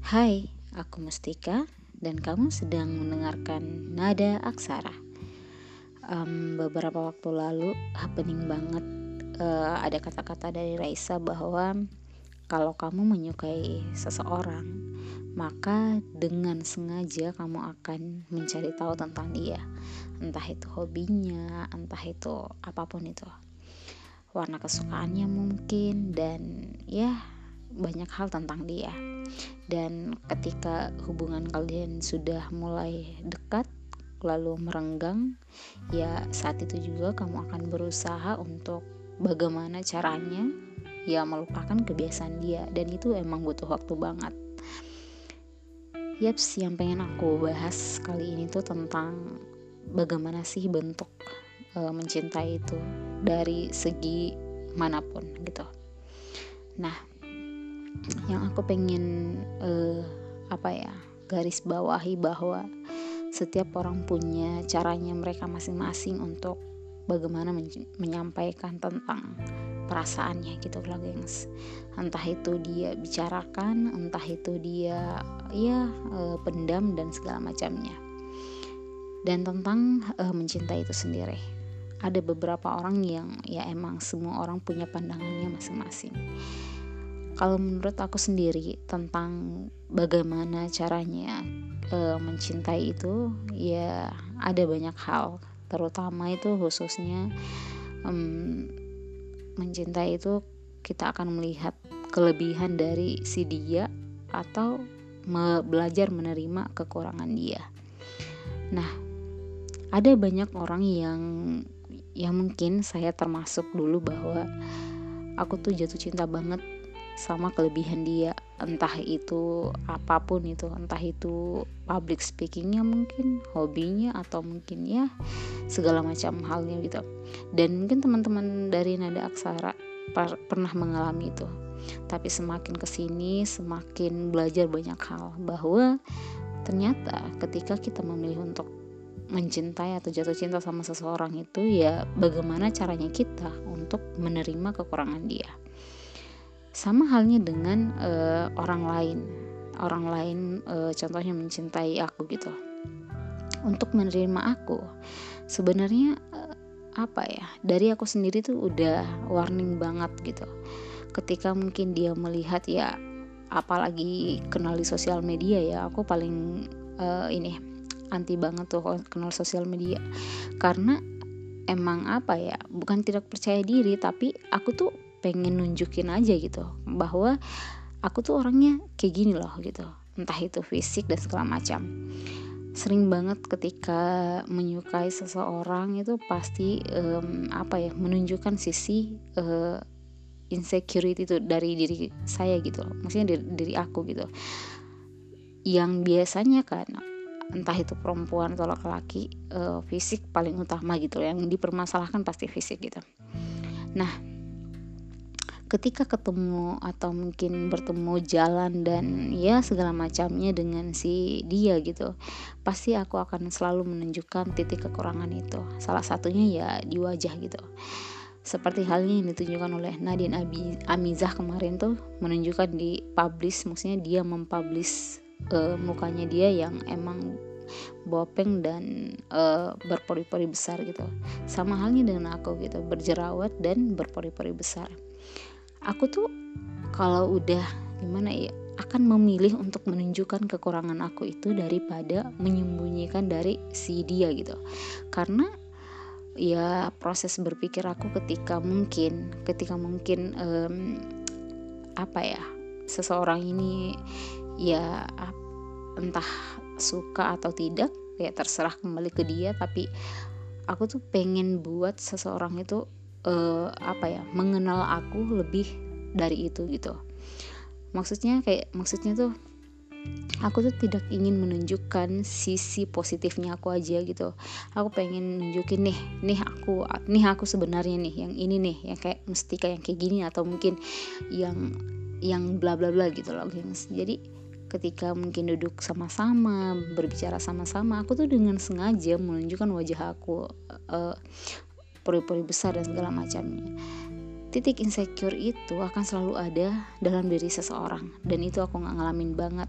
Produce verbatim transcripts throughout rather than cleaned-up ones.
Hai, aku Mustika dan kamu sedang mendengarkan Nada Aksara. Um, beberapa waktu lalu happening banget, uh, ada kata-kata dari Raisa bahwa kalau kamu menyukai seseorang, maka dengan sengaja kamu akan mencari tahu tentang dia. Entah itu hobinya, entah itu apapun itu. Warna kesukaannya mungkin, dan ya banyak hal tentang dia. Dan ketika hubungan kalian sudah mulai dekat lalu merenggang, ya saat itu juga kamu akan berusaha untuk bagaimana caranya ya melupakan kebiasaan dia, dan itu emang butuh waktu banget. Yaps, yang pengen aku bahas kali ini tuh tentang bagaimana sih bentuk e, mencintai itu dari segi manapun gitu. Nah, yang aku pengen uh, apa ya garis bawahi bahwa setiap orang punya caranya mereka masing-masing untuk bagaimana men- menyampaikan tentang perasaannya gitu loh gengs. Entah itu dia bicarakan, entah itu dia ya uh, pendam dan segala macamnya. Dan tentang uh, mencintai itu sendiri, ada beberapa orang yang ya emang semua orang punya pandangannya masing-masing. Kalau menurut aku sendiri tentang bagaimana caranya e, mencintai itu, ya ada banyak hal, terutama itu khususnya em, mencintai itu kita akan melihat kelebihan dari si dia atau me- belajar menerima kekurangan dia. Nah, ada banyak orang yang yang mungkin saya termasuk dulu bahwa aku tuh jatuh cinta banget sama kelebihan dia, entah itu apapun itu, entah itu public speakingnya mungkin, hobinya, atau mungkin ya segala macam halnya gitu. Dan mungkin teman-teman dari Nada Aksara par- pernah mengalami itu. Tapi semakin kesini semakin belajar banyak hal bahwa ternyata ketika kita memilih untuk mencintai atau jatuh cinta sama seseorang itu, ya bagaimana caranya kita untuk menerima kekurangan dia. Sama halnya dengan uh, orang lain, orang lain uh, contohnya mencintai aku gitu. Untuk menerima aku, sebenarnya uh, apa ya? Dari aku sendiri tuh udah warning banget gitu. Ketika mungkin dia melihat ya, apalagi kenal di sosial media ya, aku paling uh, ini anti banget tuh kenal sosial media, karena emang apa ya? Bukan tidak percaya diri, tapi aku tuh pengen nunjukin aja gitu bahwa aku tuh orangnya kayak gini loh gitu, entah itu fisik dan segala macam. Sering banget ketika menyukai seseorang itu pasti um, apa ya menunjukkan sisi uh, insecurity itu dari diri saya gitu loh, maksudnya dari diri aku gitu, yang biasanya kan entah itu perempuan atau laki-laki, uh, fisik paling utama gitu, yang dipermasalahkan pasti fisik gitu. Nah, ketika ketemu atau mungkin bertemu jalan dan ya segala macamnya dengan si dia gitu, pasti aku akan selalu menunjukkan titik kekurangan itu. Salah satunya ya di wajah gitu. Seperti halnya yang ditunjukkan oleh Nadine Abi, Amizah kemarin tuh, menunjukkan di publish, maksudnya dia mempublish uh, mukanya dia yang emang bopeng dan uh, berpori-pori besar gitu. Sama halnya dengan aku gitu, berjerawat dan berpori-pori besar. Aku tuh kalau udah gimana ya, akan memilih untuk menunjukkan kekurangan aku itu daripada menyembunyikan dari si dia gitu. Karena ya proses berpikir aku ketika mungkin ketika mungkin um, apa ya seseorang ini ya entah suka atau tidak, ya terserah kembali ke dia, tapi aku tuh pengen buat seseorang itu uh, apa ya mengenal aku lebih dari itu gitu. Maksudnya kayak maksudnya tuh aku tuh tidak ingin menunjukkan sisi positifnya aku aja gitu. Aku pengen nunjukin nih, nih aku, nih aku sebenarnya nih, yang ini nih, yang kayak Mustika yang kayak gini, atau mungkin yang yang bla bla bla gitu loh, gengs. Jadi ketika mungkin duduk sama-sama, berbicara sama-sama, aku tuh dengan sengaja menunjukkan wajah aku, uh, pori-pori besar dan segala macamnya. Titik insecure itu akan selalu ada dalam diri seseorang, dan itu aku gak ngalamin banget.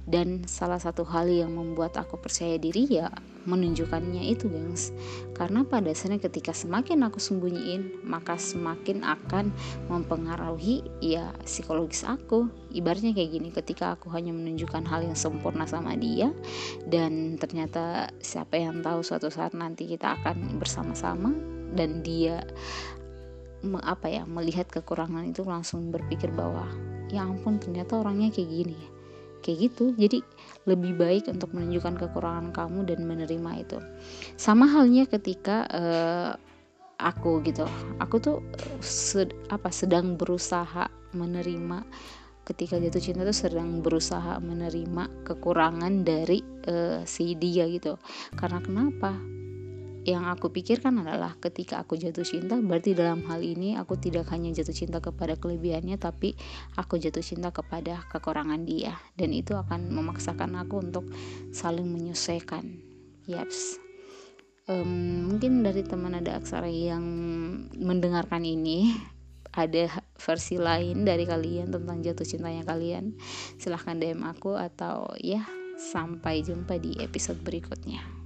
Dan salah satu hal yang membuat aku percaya diri ya menunjukkannya itu, gengs. Karena pada dasarnya ketika semakin aku sembunyiin, maka semakin akan mempengaruhi ya psikologis aku. Ibaratnya kayak gini, ketika aku hanya menunjukkan hal yang sempurna sama dia, dan ternyata siapa yang tahu suatu saat nanti kita akan bersama-sama, dan dia apa ya melihat kekurangan itu langsung berpikir bahwa ya ampun ternyata orangnya kayak gini, kayak gitu. Jadi lebih baik untuk menunjukkan kekurangan kamu dan menerima itu. Sama halnya ketika uh, aku gitu, aku tuh sed, apa sedang berusaha menerima, ketika jatuh cinta tuh sedang berusaha menerima kekurangan dari uh, si dia gitu. Karena kenapa? Yang aku pikirkan adalah ketika aku jatuh cinta, berarti dalam hal ini aku tidak hanya jatuh cinta kepada kelebihannya, tapi aku jatuh cinta kepada kekurangan dia, dan itu akan memaksakan aku untuk saling menyesuaikan. Yaps. Um, mungkin dari teman Nada Aksara yang mendengarkan ini ada versi lain dari kalian tentang jatuh cintanya kalian, silahkan D M aku, atau ya sampai jumpa di episode berikutnya.